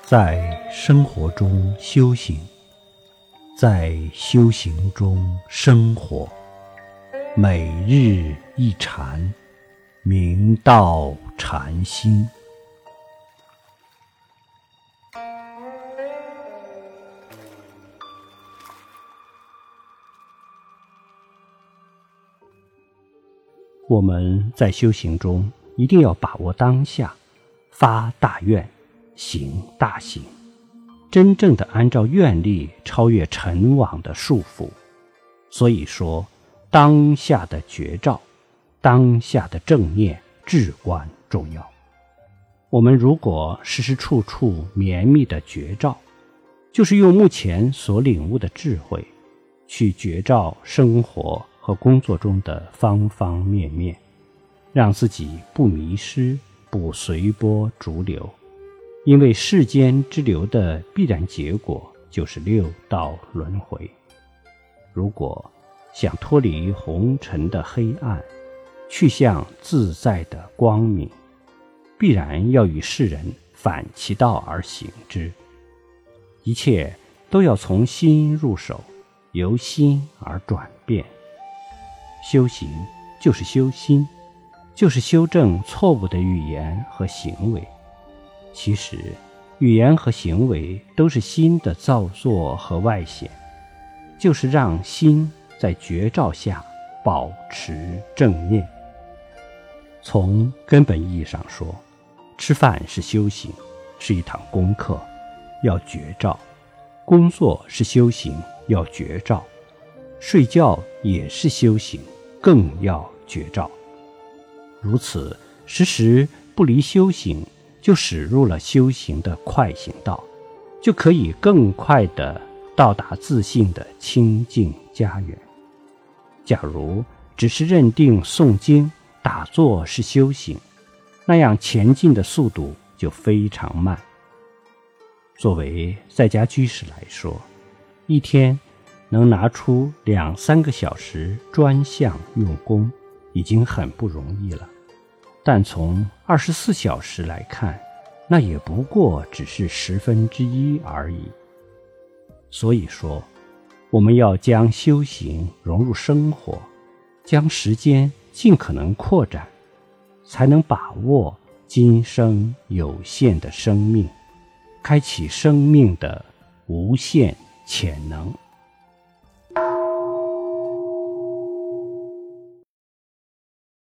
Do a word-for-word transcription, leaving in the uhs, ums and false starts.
在生活中修行，在修行中生活，每日一禅，明道禅心。我们在修行中一定要把握当下，发大愿，行大行，真正的按照愿力超越尘网的束缚。所以说，当下的觉照，当下的正念至关重要。我们如果时时处处绵密的觉照，就是用目前所领悟的智慧去觉照生活和工作中的方方面面，让自己不迷失，不随波逐流。因为世间之流的必然结果就是六道轮回。如果想脱离红尘的黑暗，去向自在的光明，必然要与世人反其道而行之。一切都要从心入手，由心而转变。修行就是修心，就是修正错误的语言和行为。其实语言和行为都是心的造作和外显，就是让心在觉照下保持正念。从根本意义上说，吃饭是修行，是一堂功课，要觉照；工作是修行，要觉照；睡觉也是修行，更要觉照。如此时时不离修行，就驶入了修行的快行道，就可以更快地到达自信的清净家园。假如只是认定诵经打坐是修行，那样前进的速度就非常慢。作为在家居士来说，一天能拿出两三个小时专项用功已经很不容易了，但从二十四小时来看，那也不过只是十分之一而已。所以说，我们要将修行融入生活，将时间尽可能扩展，才能把握今生有限的生命，开启生命的无限潜能。